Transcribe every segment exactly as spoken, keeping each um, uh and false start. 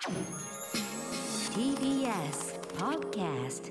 ティービーエス Podcast。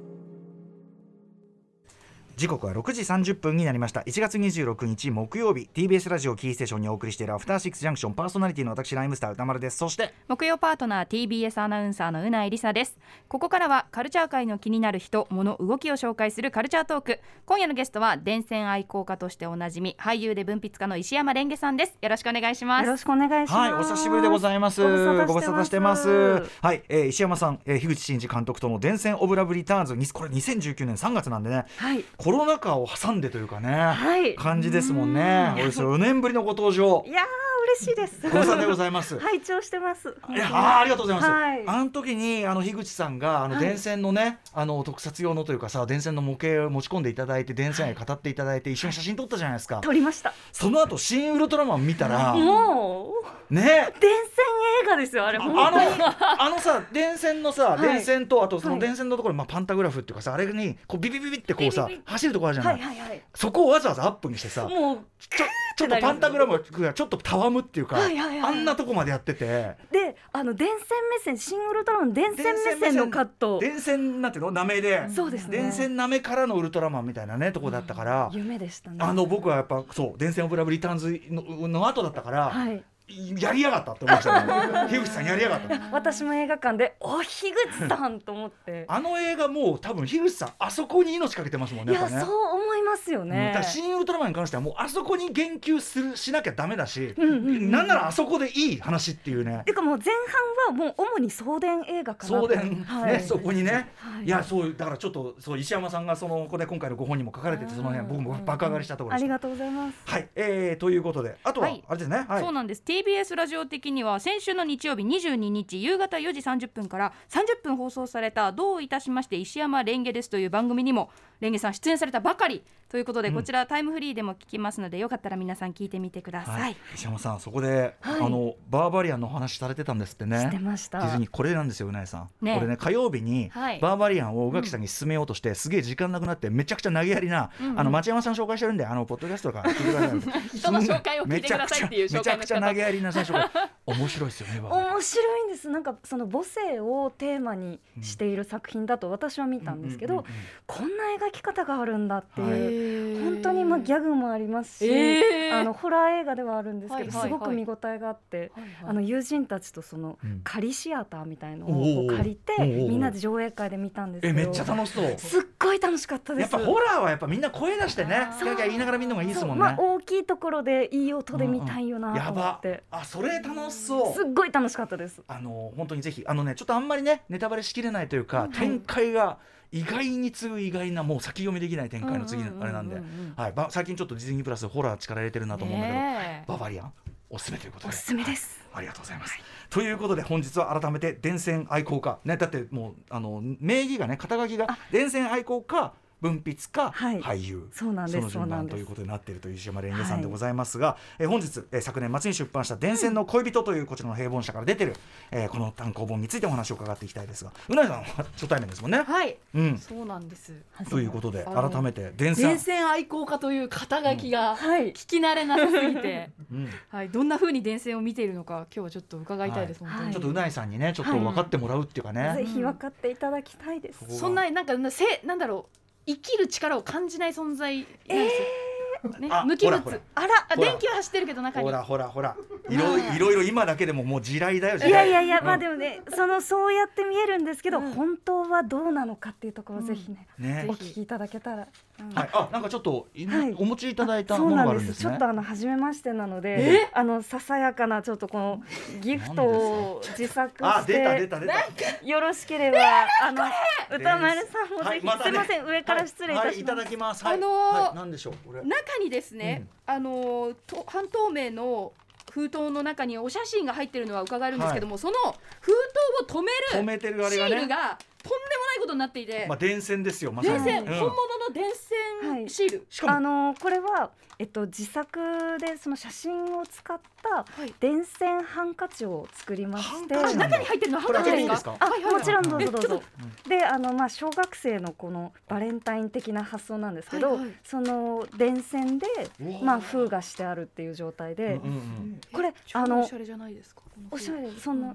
時刻はろくじさんじゅっぷんになりました。いちがつにじゅうろくにち木曜日、 ティービーエス ラジオキーステーションにお送りしているアフターシックスジャンクション、パーソナリティの私ライムスター歌丸です。そして木曜パートナー ティービーエス アナウンサーのうないりさです。ここからはカルチャー界の気になる人物動きを紹介するカルチャートーク。今夜のゲストは電線愛好家としておなじみ、俳優で文筆家の石山レンゲさんです。よろしくお願いします。 よろしくお願いします。 はい、お久しぶりでございます。ご無沙汰してます。はい、えー、石山さん、えー、樋口真嗣監督との電線オブラブリターンズに、これにせんじゅうきゅうねんさんがつなんでね、はい、コロナ禍を挟んでというかね、はい、感じですもんね。およそよねんぶりのご登場。 いやー嬉しいです。 ご無沙汰でございます。 拝聴してます。 いやあ、ありがとうございます。 はい、 あの時にあの樋口さんがあの電線のね、はい、あの特撮用のというかさ、電線の模型を持ち込んでいただいて、電線愛語っていただいて、一緒に写真撮ったじゃないですか。 撮りました。 その後新ウルトラマン見たら、 もうね、 電線映画ですよあれ。 あのあのさ、電線のさ、はい、電線とあとその電線のところに、まあ、パンタグラフっていうかさ、あれにこうビビビビってこうさビビビ走るとこあるじゃない、はいはいはい、そこをわざわざアップにしてさ、もうちょちょっとパンタグラムがちょっとたわむっていうか、はいはいはい、あんなとこまでやってて、 であの電線目線、シン・ウルトラマン電線目線のカット、 電線なんていうの、なめで、 そうですね、 電線なめからのウルトラマンみたいなねとこだったから、 うん、夢でしたね。 あの僕はやっぱそう電線オブラブリターンズ の, の後だったから、はい、やりやがったって思っちゃう。樋口さんやりやがった。 私も映画館でお樋口さんと思ってあの映画もう多分樋口さんあそこに命かけてますもんね。 いや、ね、そう思いますよね。 だから新ウルトラマンに関してはもうあそこに言及するしなきゃダメだし、うんうんうん、なんならあそこでいい話っていうね。 てかもう前半はもう主に送電映画かなと。 送電、はい、ね、そこにね、はい、いやそうだからちょっとそう石山さんがそのここで今回のご本にも書かれてて、その辺僕も爆上がりしたところです。 ありがとうございます。 はい、えー、ということであとは、はい、あれですね、はい、 そうなんです。 ティービーエス ラジオ的には先週の日曜日にじゅうににち夕方よじさんじゅっぷんからさんじゅっぷん放送されたどういたしまして石山レンゲですという番組にもレンゲさん出演されたばかりということで、うん、こちらタイムフリーでも聞きますので、よかったら皆さん聞いてみてください。はい、 石山さんそこで、はい、あのバーバリアンの話されてたんですってね。 してました。 ディズニーこれなんですようなえさん、 ね、 これね火曜日に、はい、バーバリアンを宇垣さんに進めようとして、うん、すげえ時間なくなってめちゃくちゃ投げやりな、うんうん、あの町山さん紹介してるんであのポッドキャストとか聞いてください人の紹介を聞いてくださいっていう紹介の仕方、 めちゃくちゃ投げやりな最初が面白いですよね。 面白いんです。なんかその母性をテーマにしている作品だと私は見たんですけど、うんうんうんうん、こんな描き方があるんだっていう、本当にまあギャグもありますし、えー、あのホラー映画ではあるんですけど、はいはいはい、すごく見応えがあって、はいはい、あの友人たちとその仮シアターみたいのを借りて、うん、みんなで上映会で見たんですけど、 えめっちゃ楽しそう。 すっごい楽しかったです。 やっぱホラーはやっぱみんな声出してね、ギャギャ言いながら見るのがいいですもんね。 まあ、大きいところでいい音で見たいよなと思って、うんうん、やばあそれ楽しそう。 すっごい楽しかったです。 あの本当にぜひあのねちょっとあんまりねネタバレしきれないというか、はい、展開が意外に次ぐ意外な、もう先読みできない展開の次のあれなんで、はい、最近ちょっとディズニープラスホラー力入れてるなと思うんだけど、ね、バーバリアンおすすめということで。 おすすめです、 はい、ありがとうございます、はい、ということで本日は改めて電線愛好家、ね、だってもうあの名義がね肩書きが電線愛好家文筆家、はい、俳優、 そうなんです、 その順番ということになっているという石山レンゲさんでございますが、はい、え本日、え昨年末に出版した電線の恋人というこちらの平凡社から出てる、えー、この単行本についてお話を伺っていきたいですが、うなえさんは初対面ですもんね。 はい、 うん、 そうなんです。 ということで改めて電線電線愛好家という肩書きが聞き慣れなさすぎて、うんはい、どんな風に電線を見ているのか今日はちょっと伺いたいです、はい、本当にちょっとうなえさんにねちょっと分かってもらうっていうかね、 はい、ぜひ分かっていただきたいです、 うん、そんななんかせなんだろう生きる力を感じない存在なんですよ、えーね、無機物。 ほらほらあらあ電気は走ってるけど中にほらほらほらいろいろいろ今だけでももう地雷だよ地雷。いやいやいや、うん、まあでもねそのそうやって見えるんですけど、うん、本当はどうなのかっていうところをぜひ ね,、うん、ねお聞きいただけたら、 うんはい、あなんかちょっと、はい、お持ちいただいたものがあるんですね。 そうなんです。ちょっとあの初めましてなので、あのささやかなちょっとこのギフトを自作してあ出た出た出たよろしければ、あの歌丸さんもぜひ、はいまね、すいません上から失礼いたします、はいはい、いただきます、 はい、あのーはい、なんでしょうこれ中にですね、うん、あのー、と半透明の封筒の中にお写真が入ってるのは伺えるんですけども、はい、その封筒を止める止めてるあれが、ね、 シールがとんでもないことになっていて、 まあ、電線ですよ、まさに電線、うん、本物の電線シール、はい、 しかもあのー、これは、えっと、自作でその写真を使った電線ハンカチを作りまして、 はい、中に入ってるのはハンカチですか？ あ、はいはいはい、もちろんどうぞどうぞ、うん、であの、まあ、小学生のこのバレンタイン的な発想なんですけど、はいはい、その電線で、まあ、封がしてあるっていう状態で、うんうんうん、これあのおしゃれじゃないですか？ おしゃれそんな、うん、あ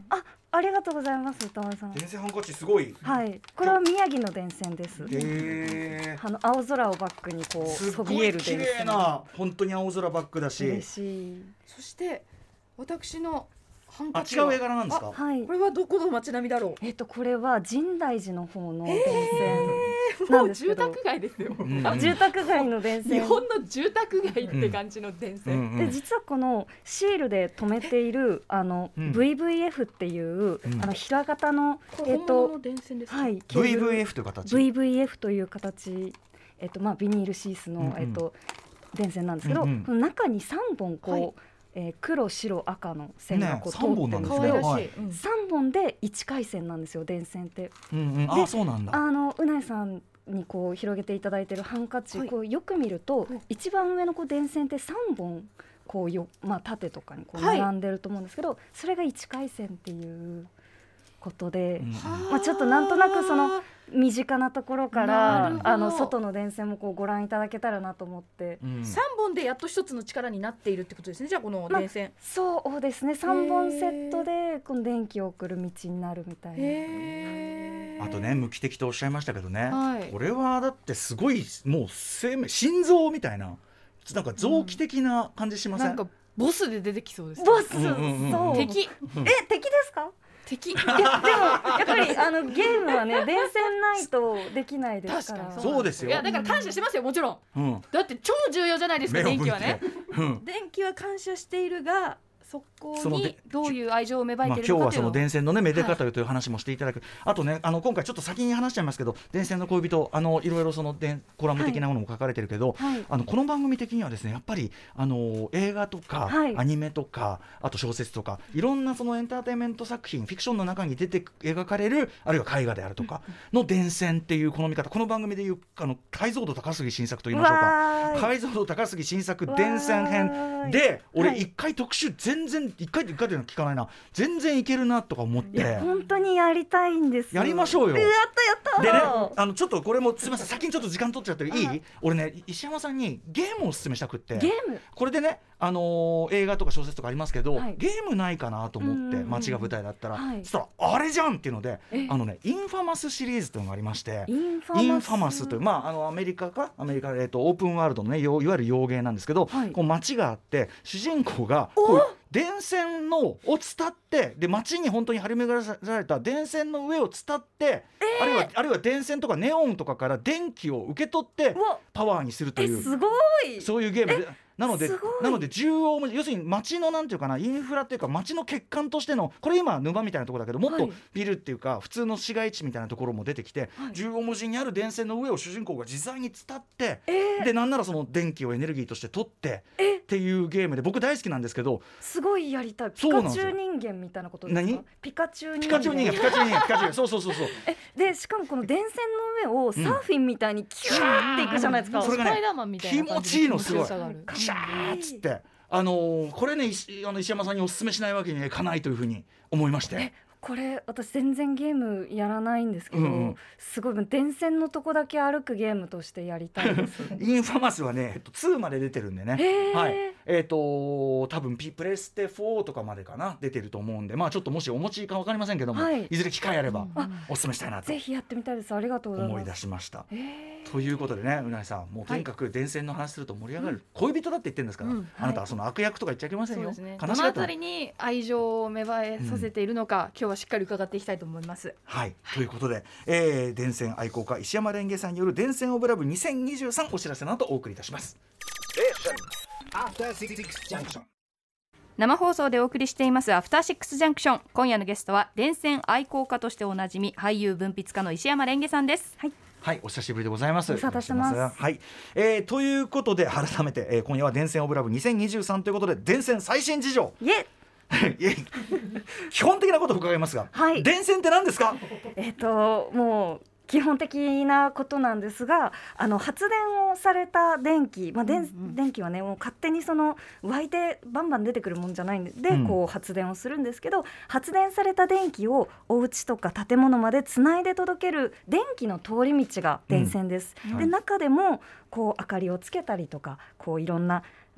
ありがとうございます歌丸さん。 電線ハンカチすごい。 はい、これは宮城の電線です。 へあの青空をバックにこうそびえる電線。 すごい綺麗な本当に青空バックだし。 嬉しい。 そして私のハンあカチは違う絵柄なんですか。 はい。 これはどこの街並みだろう。 えっとこれは深大寺の方の電線もうなんですけど、 住宅街ですよ。 うんあ住宅街の電線。 日本の住宅街って感じの電線。 うんうんで実はこのシールで留めているあの、 うんブイブイエフ っていう、 うんあの平型のこれえっと本物の電線ですか。 はいブイブイエフ という形。 ブイブイエフ という形、えっとまあ、ビニールシースの、 うんうんえっと、電線なんですけど、 うんうんこの中にさんぼんこう、 はいえー黒白赤の線がこうね通ってるんですさんぼんけど、 なんですねはいうんさんぼんでいち回線なんですよ電線って。 うんうん、あそうなんだ。 あのうないさんにこう広げていただいているハンカチ、 はいこうよく見ると、 うん一番上のこう電線ってさんぼんこうよ、まあ、縦とかにこうはい並んでると思うんですけど、それがいち回線っていうことで、 うんまあ、ちょっとなんとなくその身近なところかならるほどあの外の電線もこうご覧いただけたらなと思って、 うん三本でやっと一つの力になっているってことですね。じゃあこの電線。 そうですねさんぼんセットでこの電気を送る道になるみたいな。 へーあとね無機的とおっしゃいましたけどね、 はいこれはだってすごいもう生命心臓みたいななんか臓器的な感じしません、 なんかボスで出てきそうですね。 ボス、 うんうんうんうんそう敵え敵ですか？ 敵。 いやでもやっぱりあのゲームはね電線ないとできないですから。 確かにそうですよいやだから感謝してますよもちろん。 うん、 だって超重要じゃないですか目を向いて電気はね。 うん電気は感謝しているがそこそのでにどういう愛情を芽生えまあ、 てい今日はそのるのかというのを、 電線のねめで方という話もしていただく、あとねあの今回ちょっと先に話しちゃいますけど電線の恋人あのいろいろそのでコラム的なものも書かれてるけど、 はいあのこの番組的にはですねやっぱりあの映画とか、 はいアニメとかあと小説とかいろんなそのエンターテインメント作品フィクションの中に出て描かれるあるいは絵画であるとかの電線っていうこの見方この番組でいうあの解像度高杉新作と言いましょうかわーい解像度高杉新作電線編で俺はい一回特集全然一回で一回で聞かないな全然いけるなとか思っいやて本当にやりたいんです。 やりましょうよやったやった。 でねあのちょっとこれもすみません先にちょっと時間取っちゃっていい俺ね石山さんにゲームをおすすめしたくってゲームこれでね、あのー映画とか小説とかありますけど、 はいゲームないかなと思ってうんうんうん街が舞台だったら、 はいそしたらあれじゃんっていうのでえあのねインファマスシリーズというのがありましてインファマスインファマスという、まあ、あのアメリカかアメリカ、えー、とオープンワールドのねよいわゆる洋芸なんですけど、 はいこう街があって主人公がこう電線のを伝ってで街に本当に張り巡られた電線の上を伝って、あるいはあるいは電線とかネオンとかから電気を受け取ってうわパワーにするというえすごい。 そういうゲームでなのですごいなので縦横無尽要するに街のなんていうかなインフラっていうか街の欠陥としてのこれ今沼みたいなところだけどもっとはいビルっていうか普通の市街地みたいなところも出てきて、 はい縦横無尽にある電線の上を主人公が自在に伝って、 えーでなんならその電気をエネルギーとして取ってえっていうゲームで僕大好きなんですけどすごいやりたい。ピそうなんですよカチュウ人間みたいなことですか？ 何ピカチュウ人間。 ピカチュウ人間ピカチュウ人間ピカチュウそうそうそうそうえでしかもこの電線の上をサーフィンみたいにキューっていくじゃないですか。 それがねスパイダーマンみたいな感じで気持ちいいのすごい気持ちよさがあるカシャーっつってあのーこれね石あの石山さんにお勧めしないわけにはいかないというふうに思いましてこれ私全然ゲームやらないんですけど、 うんうんすごい電線のとこだけ歩くゲームとしてやりたいですインファマスはね、えっと、ツーまで出てるんでね、 へーはいえー、と多分ピプレステフォーとかまでかな出てると思うんで、まあ、ちょっともしお持ちか分かりませんけども、 はいい、ずれ機会あればあお勧めしたいなとぜひやってみたいです。ありがとうござい思います。 出しました。 へーということでねうないさんもうとにかく電線の話すると盛り上がる、恋人だって言ってるんですから、 うんあなたはその悪役とか言っちゃいけませんよ、 そうですね。 悲どしがってないのあたりに愛情を芽生えさせているのか、今日はしっかり伺っていきたいと思います。 はい、ということで、えー、電線愛好家石山レンゲさんによる電線オブラブにせんにじゅうさんお知らせの後お送りいたします。 生放送でお送りしていますアフターシックスジャンクション。今夜のゲストは電線愛好家としておなじみ俳優文筆家の石山レンゲさんです。 はいはい、お久しぶりでございます。 ご無沙汰してますはい、えー、ということで改めて、えー、今夜は電線オブラブにせんにじゅうさんということで電線最新事情イエいや基本的なことを伺いますが、 はい電線って何ですか？ えっ、ともう基本的なことなんですが、あの発電をされた電気、まあ電うんうん電気はねもう勝手にその湧いてバンバン出てくるもんじゃないんで、でうんこう発電をするんですけど、発電された電気をお家とか建物までつないで届ける電気の通り道が電線です。 うんはいで中でもこう明かりをつけたりとかこういろんな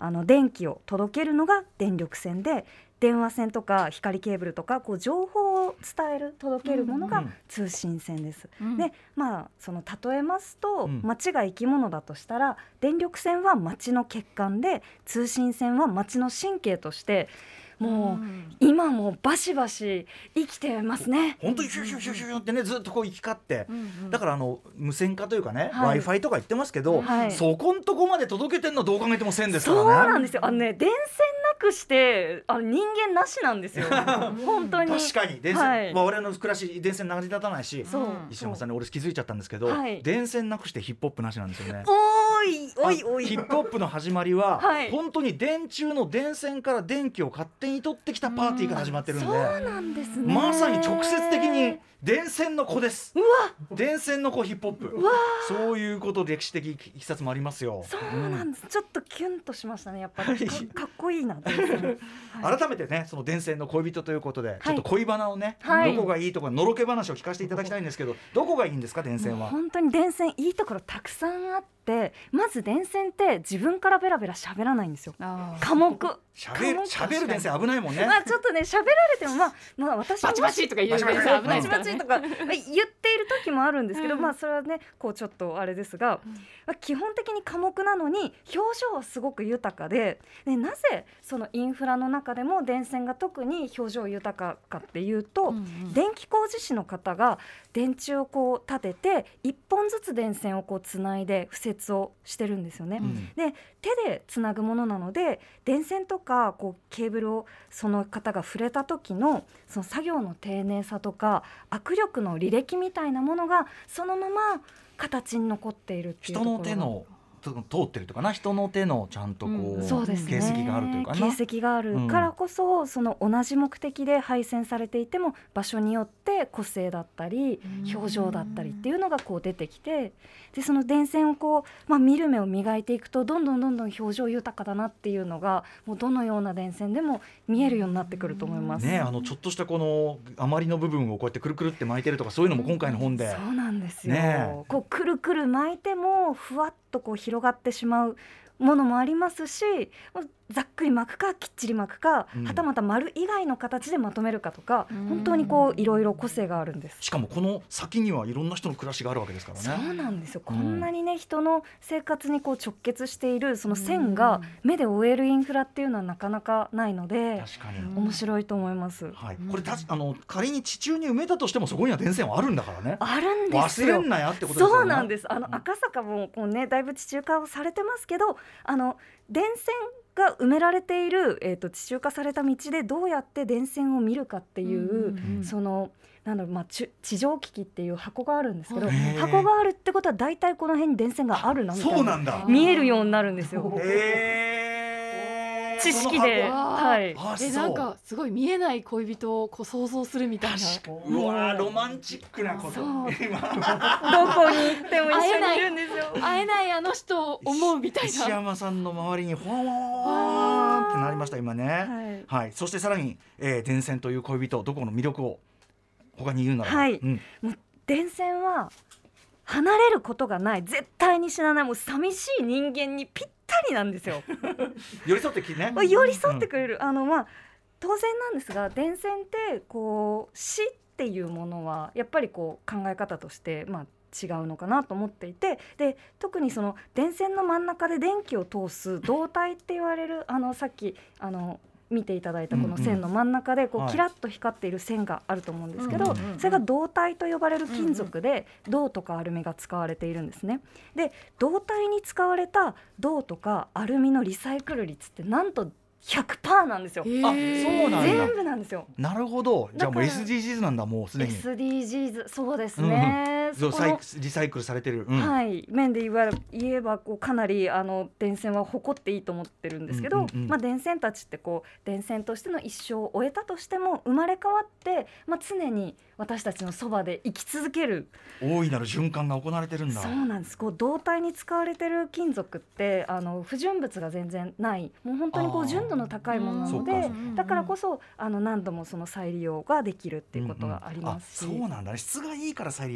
あの電気を届けるのが電力線で、電話線とか光ケーブルとかこう情報を伝える届けるものが通信線です、うん、でまあその例えますと、うん、街が生き物だとしたら電力線は街の血管で、通信線は街の神経としてもう、うん、今もバシバシ生きてますね。 本当にシュシュシュシュってねずっとこう行き交って、うんうん、だからあの無線化というかね、はい、Wi-Fi とか言ってますけど、はい、そこんとこまで届けてんのどう考えても線ですからね。 そうなんですよ。あのね電線なくしてあの人間なしなんですよ本当に。 確かに電線、はい、まあ、我々の暮らし電線成り立たないし、石山さんね俺気づいちゃったんですけど、はい、電線なくしてヒップホップなしなんですよね。 おいおいおいヒップホップの始まりは、はい、本当に電柱の電線から電気を勝手に取ってきたパーティーから始まってるんで、 そうなんですね。 まさに直接的に電線の子です。 うわ電線の子ヒップホップ、 うわそういうこと歴史的いきさつもありますよ。 そうなんです、うん、ちょっとキュンとしましたねやっぱり か, かっこいいなって、 はい、改めてねその電線の恋人ということで、はい、ちょっと恋バナをね、 はい、 どこがいいとかのろけ話を聞かせていただきたいんですけど、どこがいいんですか電線は。 本当に電線いいところたくさんあって、まず電線って自分からベラベラ喋らないんですよ。科目喋る喋る電線危ないもんね。 まあちょっとね喋られてもまあ、まあ、私もバチバチとか言う電線危ないですからね。バチバチとか言っている時もあるんですけど、うん、まあそれはねこうちょっとあれですが、うんまあ、基本的に科目なのに表情はすごく豊かで、でなぜそのインフラの中でも電線が特に表情豊かかっていうと、うんうん、電気工事士の方が電柱をこう立てていっぽんずつ電線をこうつないで敷設をしてるんですよね、うん、で手でつなぐものなので電線とかこうケーブルをその方が触れた時のその作業の丁寧さとか握力の履歴みたいなものがそのまま形に残っているっていうところが、 人の手の通ってるとかな、人の手のちゃんとこう、うんそうですね、形跡があるというかな、 形跡があるからこそ、うん、その同じ目的で配線されていても場所によって個性だったり表情だったりっていうのがこう出てきて、でその電線をこう、まあ、見る目を磨いていくとどんどんどんどん表情豊かだなっていうのがもうどのような電線でも見えるようになってくると思います、 ね、あのちょっとしたこの余りの部分をこうやってくるくるって巻いてるとかそういうのも今回の本で、 うん、そうなんですよ、 ね、 こうくるくる巻いてもふわっとこう広がってしまうものもありますし、ざっくり巻くかきっちり巻くか、うん、はたまた丸以外の形でまとめるかとか、本当にこういろいろ個性があるんです。 しかもこの先にはいろんな人の暮らしがあるわけですからね。 そうなんですよ、うん、こんなにね人の生活にこう直結しているその線が目で追えるインフラっていうのはなかなかないので、 確かに面白いと思います、 はい、これたあの仮に地中に埋めたとしてもそこには電線はあるんだからね。 あるんですよ、 忘れんなやってことですよね。 そうなんです。あの赤坂もこう、ね、だいぶ地中化をされてますけど、あの電線が埋められている、えーと、地中化された道でどうやって電線を見るかっていう、うんうん、そのなんだろう、まあ、地上機器っていう箱があるんですけど、箱があるってことは大体この辺に電線があるなみたいな見えるようになるんですよ。 へ知識で、はい、 えなんかすごい見えない恋人をこう想像するみたいな。 うわロマンチックなこと。 どこに行っても一緒にいるんですよ。 会えないあの人を思うみたいな。 石山さんの周りにほわーってなりました今ね、はいはい、そしてさらに、えー、電線という恋人どこの魅力を他に言うなら、 はい、 うん、 もう電線は離れることがない、絶対に死なない、もう寂しい人間にぴったりなんですよ寄り添ってきね寄り添ってくれる、うん、あのまあ当然なんですが電線ってこう死っていうものはやっぱりこう考え方としてまあ違うのかなと思っていて、で特にその電線の真ん中で電気を通す導体って言われるあのさっきあの見ていただいたこの線の真ん中でこうキラッと光っている線があると思うんですけど、それが導体と呼ばれる金属で銅とかアルミが使われているんですね。で導体に使われた銅とかアルミのリサイクル率ってなんと ひゃくパーセント なんですよ。 あ、そうなんだ。 全部なんですよ。 なるほど。じゃあもう エスディージーズ なんだもうすでに。 エスディージーズ そうですね。 うんうん、そのリサイクルされてる、うん、 はい面で言わ言えばこうかなりあの電線は誇っていいと思ってるんですけど、うんうんうん、まあ、電線たちってこう電線としての一生を終えたとしても生まれ変わって、まあ、常に私たちのそばで生き続ける大いなる循環が行われてるんだ。 そうなんです。こう導体に使われてる金属ってあの不純物が全然ない、もう本当にこう純度の高いものなので、だからこそあの何度もその再利用ができるっていうことがありますし、 うんうん、あ、そうなんだね。質がいいから再利用できるんだ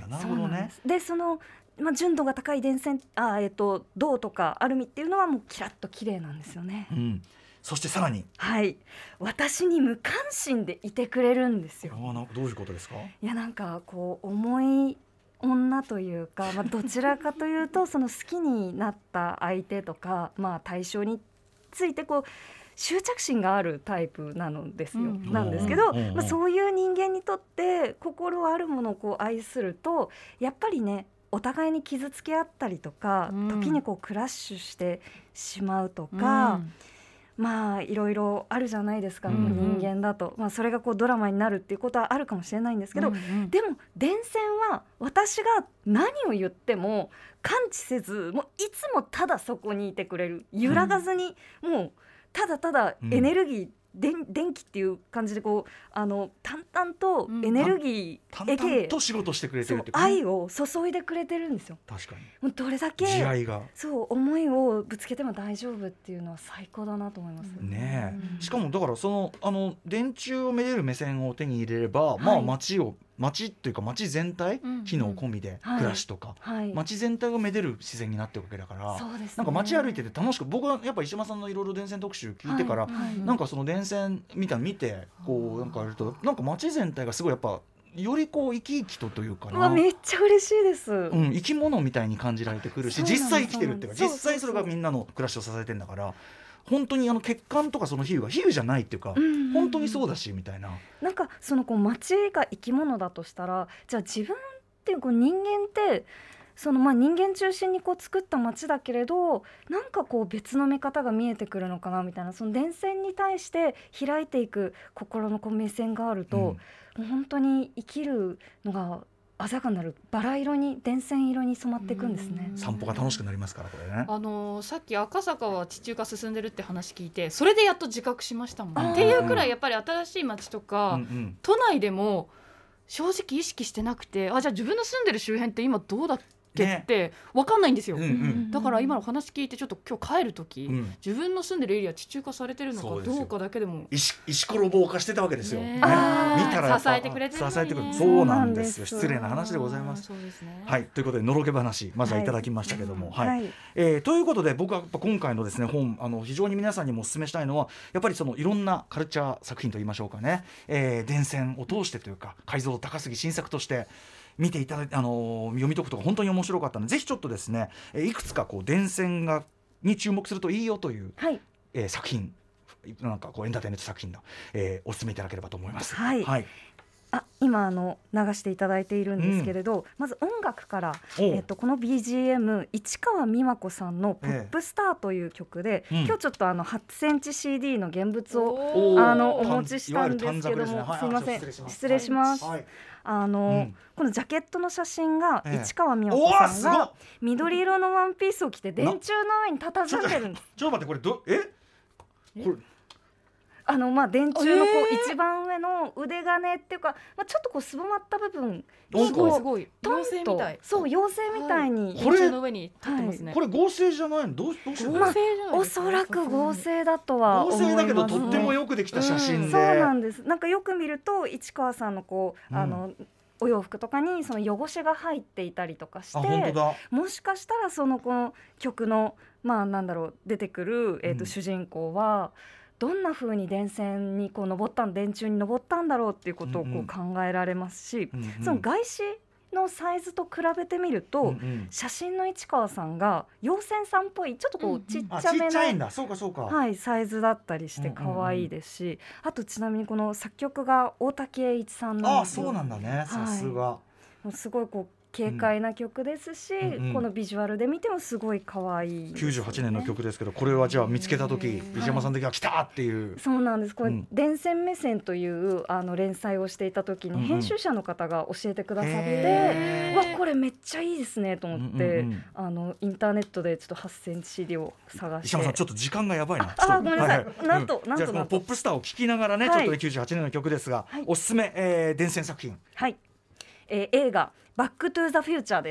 だ。なるほどね。 でそのまあ、純度が高い電線あ、えっと、銅とかアルミっていうのはもうキラッと綺麗なんですよね、 うん、そしてさらに、 はい、私に無関心でいてくれるんですよ。 あなどういうことですか？ いやなんかこう重い女というか、まあ、どちらかというとその好きになった相手とか、まあ、対象についてこう執着心があるタイプなのですよ、うん、なんですけど、まあ、そういう人間にとって心あるものをこう愛するとやっぱりねお互いに傷つけ合ったりとか、うん、時にこうクラッシュしてしまうとか、うん、まあいろいろあるじゃないですか、うん、人間だと、まあ、それがこうドラマになるっていうことはあるかもしれないんですけど、うんうん、でも電線は私が何を言っても感知せずもういつもただそこにいてくれる、揺らがずに、うん、もうただただエネルギー、うん電, 電気っていう感じでこうあの淡々とエネルギー、 うん、淡々と仕事してくれてるって、ね、 愛を注いでくれてるんですよ。 確かにもうどれだけ慈愛がそう思いをぶつけても大丈夫っていうのは最高だなと思います、 ねえ、うん、しかもだからそのあの電柱をめでる目線を手に入れれば、はい、まあ街を街っていうか街全体、うんうん、機能込みで暮らしとか、はい、街全体をめでる自然になっていくわけだから、そうですね、なんか街歩いてて楽しく、僕はやっぱ石山さんのいろいろ電線特集聞いてから、はいはい、なんかその電線みたいな見てこうなんかやるとなんか街全体がすごいやっぱよりこう生き生きとというかな、 めっちゃ嬉しいです、 うん、生き物みたいに感じられてくるし、実際生きてるっていうか実際それがみんなの暮らしを支えてんだから、本当にあの血管とかその比喩が比喩じゃないっていうか、うんうんうん、本当にそうだしみたいな、 なんかそのこう街が生き物だとしたら、じゃあ自分っていうこう人間ってそのまあ人間中心にこう作った街だけれど、なんかこう別の見方が見えてくるのかなみたいな、その電線に対して開いていく心のこう目線があると、うん、もう本当に生きるのが鮮やかになる、バラ色に電線色に染まっていくんですね。 散歩が楽しくなりますからこれね。 あのー、さっき赤坂は地中化進んでるって話聞いて、それでやっと自覚しましたもんっていうくらい、やっぱり新しい街とか、うんうん、都内でも正直意識してなくて、あじゃあ自分の住んでる周辺って今どうだっけって分かんないんですよ、ねうんうん、だから今の話聞いてちょっと今日帰るとき、うん、自分の住んでるエリア地中化されてるのかどうかだけでも石石ころぼう化してたわけですよ、ねね、見たら支えてくれてるのに、 支えてくれる、そうなんですよ、失礼な話でございます。 そうですね、 はい、ということでのろけ話まずはいただきましたけども、はいはいはいえー、ということで僕はやっぱ今回のですね本、あの非常に皆さんにもお勧めしたいのはやっぱりそのいろんなカルチャー作品といいましょうかね、えー、電線を通してというか解像度高すぎ新作として見ていただいて、あのー、読み解くとか本当に面白かったので、ぜひちょっとですねいくつかこう電線がに注目するといいよという、はいえー、作品なんかこうエンターテインメント作品の、えー、お勧めいただければと思います。 はい、はい、あ今あの流していただいているんですけれど、うん、まず音楽から、えー、とこの ビージーエム 市川美和子さんのポップスターという曲で、えーうん、今日ちょっとあのはちセンチ シーディー の現物をあのお持ちしたんですけども、ねはい、すいません失礼します、はいあのうん、このジャケットの写真が市川美和子さんが緑色のワンピースを着て電柱の上に佇んでるんです。 ちょっと待って、これどえこれあのまあ電柱のこう一番上の腕金っていうか、まあ、ちょっとこうすぼまった部分すごいすごい妖精みたい、 そう妖精みたいに、 はい、電柱の上に立ってますね、 はい、これ合成じゃないの？どうどうして合成じゃないですか、まあ、おそらく合成だとは思います。 合成だけどとってもよくできた写真で、うん、 そうなんです。なんかよく見ると市川さんのこう、うん、あのお洋服とかにその汚しが入っていたりとかして、 本当だ、 もしかしたらそのこの曲のまあなんだろう出てくる、えーとうん、主人公はどんな風に電線にこう登ったん電柱に登ったんだろうっていうことをこう考えられますし、うんうん、その外視のサイズと比べてみると、うんうん、写真の市川さんが妖精さんっぽいちょっとこうちっちゃめの、はい、サイズだったりして可愛いですし、うんうんうん、あとちなみにこの作曲が大竹栄一さんなんですよ。 あ、そうなんだね、さすが、 はい、もうすごいこう軽快な曲ですし、うんうん、このビジュアルで見てもすごい可愛い、ね、 きゅうじゅうはちねんの曲ですけど、これはじゃあ見つけた時石山さんの時は来たっていう、 はい、そうなんです。これ、うん、電線目線というあの連載をしていた時に編集者の方が教えてくださって、うんうん、わこれめっちゃいいですねと思って、うんうんうん、あのインターネットでちょっとはちセンチ シーディー を探して、 石山さんちょっと時間がやばいな、 ああごめんなさい、 はいはい、 なんと、うん、なんとじゃあこのポップスターを聴きながらね、はい、ちょっと、ね、きゅうじゅうはちねんの曲ですが、はいおすすめ、えー、電線作品、 はいえー、映画バックトゥーザフューチャーです。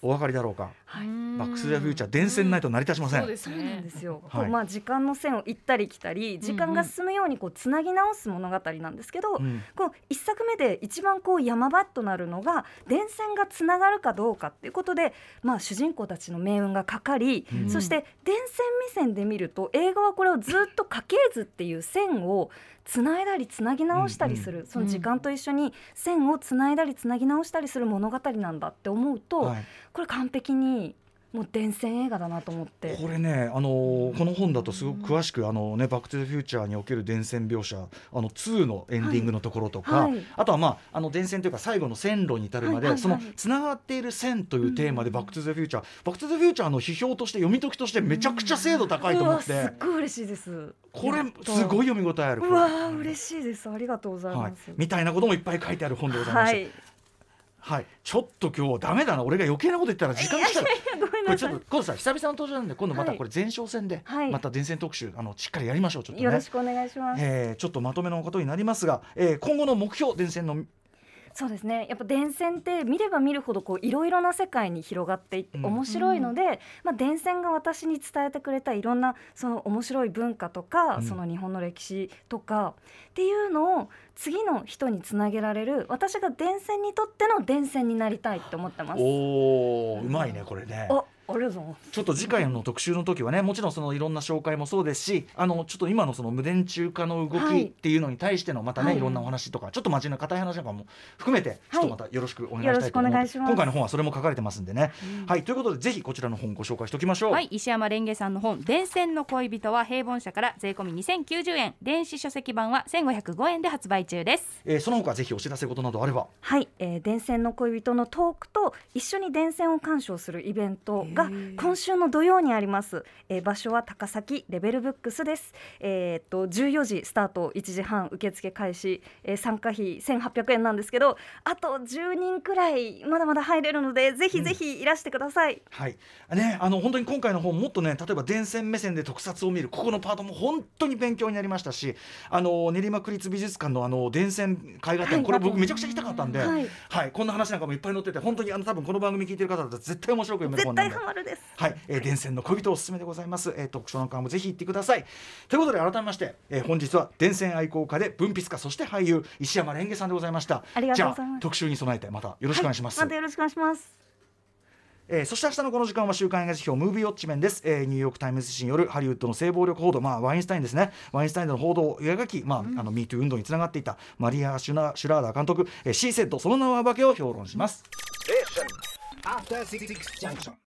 お分かりだろうか、 はい、 バックス・ザ・フューチャー伝線ないと成り立ちません。 そうですそうなんですよ、 はいこうまあ、時間の線を行ったり来たり時間が進むようにこうつなぎ直す物語なんですけど、 うん、 こういっさくめで一番こう山場となるのが電線がつながるかどうかっていうことで、まあ、主人公たちの命運がかかり、 うん、 そして電線目線で見ると映画はこれをずっと家系図っていう線をつないだりつなぎ直したりする、うんうん、その時間と一緒に線をつないだりつなぎ直したりする物語なんだって思うと、はい、これ完璧にもう電線映画だなと思って。 これね、あのー、この本だとすごく詳しく、あのね、バックトゥザフューチャーにおける電線描写、あのにのエンディングのところとか、はいはい、あとは、まあ、あの電線というか最後の線路に至るまで、はいはいはい、そのつながっている線というテーマでバックトゥザフューチャー、バックトゥザフューチャーの批評として読み解きとしてめちゃくちゃ精度高いと思って、 うわすっごい嬉ししいです。 これすごい読み応えある。 うわ嬉しいです。ありがとうございます、 はい、みたいなこともいっぱい書いてある本でございました。はいはい、ちょっと今日ダメだな、俺が余計なこと言ったら時間が来たらこれちょっと今度さ久々の登場なんで、今度またこれ前哨戦でまた電線特集、あのしっかりやりましょう。ちょっとね、 よろしくお願いします。 えー、ちょっとまとめのことになりますが、えー、今後の目標、電線のそうですね、やっぱ電線って見れば見るほどこういろいろな世界に広がっていって面白いので、うんまあ、電線が私に伝えてくれたいろんなその面白い文化とか、うん、その日本の歴史とかっていうのを次の人につなげられる、私が電線にとっての電線になりたいって思ってます。 おー、うまいねこれね。 あありがとうございます。 ちょっと次回の特集の時はね、もちろんそのいろんな紹介もそうですし、あのちょっと今のその無電柱化の動きっていうのに対してのまたね、はい、いろんなお話とかちょっと真面目な硬い話とかも含めてちょっとまたよろしくお願いしたいと思います。今回の本はそれも書かれてますんでね、うん、はい、ということでぜひこちらの本ご紹介しておきましょう。 はい、石山レンゲさんの本電線の恋人は平凡社から税込みにせんきゅうじゅうえん、電子書籍版はせんごひゃくごえんで発売中です。 えー、その他ぜひお知らせことなどあれば。 はい、えー、電線の恋人のトークと一緒に電線を鑑賞するイベントが今週の土曜にあります。えー、場所は高崎レベルブックスです。えー、っとじゅうよじスタート、いちじはん受付開始、えー、参加費せんはっぴゃくえんなんですけど、あとじゅうにんくらいまだまだ入れるのでぜひぜひいらしてください。うん、 はいね、あの本当に今回の本もっとね、例えば電線目線で特撮を見るここのパートも本当に勉強になりましたし、あの練馬区立美術館のあの電線絵画展、はい、これ僕めちゃくちゃ行きたかったんで、はいはい、こんな話なんかもいっぱい載ってて、本当にあの多分この番組聞いてる方だと絶対面白く読める本なんで絶対ハマるです。 はい、えー、電線の恋人おすすめでございます。えー、特徴なんかもぜひ行ってください。ということで改めまして、えー、本日は電線愛好家で文筆家そして俳優石山レンゲさんでございました。 ありがとうございます。 じゃあ特集に備えてまたよろしくお願いします。 はい、またよろしくお願いします。 えー、そして明日のこの時間は週刊映画辞表ムービーウォッチメンです。えー、ニューヨークタイムズ紙によるハリウッドの性暴力報道、まあ、ワインスタインですね、ワインスタインの報道を描き、まあうん、あの ミートゥー 運動につながっていたマリア・シュナ・シュラーダー監督、えー、シーセットその名は化けを評論します。